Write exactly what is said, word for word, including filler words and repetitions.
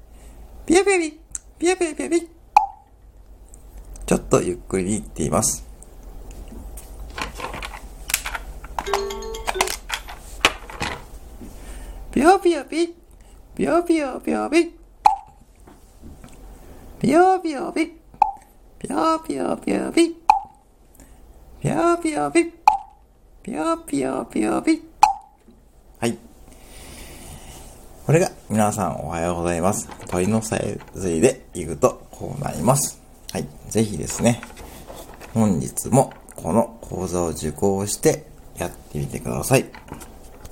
ぴよぴよぴ、ぴよぴよぴよぴ。ちょっとゆっくりに言っています。ぴよぴよぴ、ぴよぴよぴよぴ。ぴよぴよぴ、ぴよぴよぴよぴ。ぴよぴよぴ、ぴよぴよぴよぴ。はい。これが皆さんおはようございます。鳥のさえずりで言うとこうなります。はい。ぜひですね、本日もこの講座を受講してやってみてください。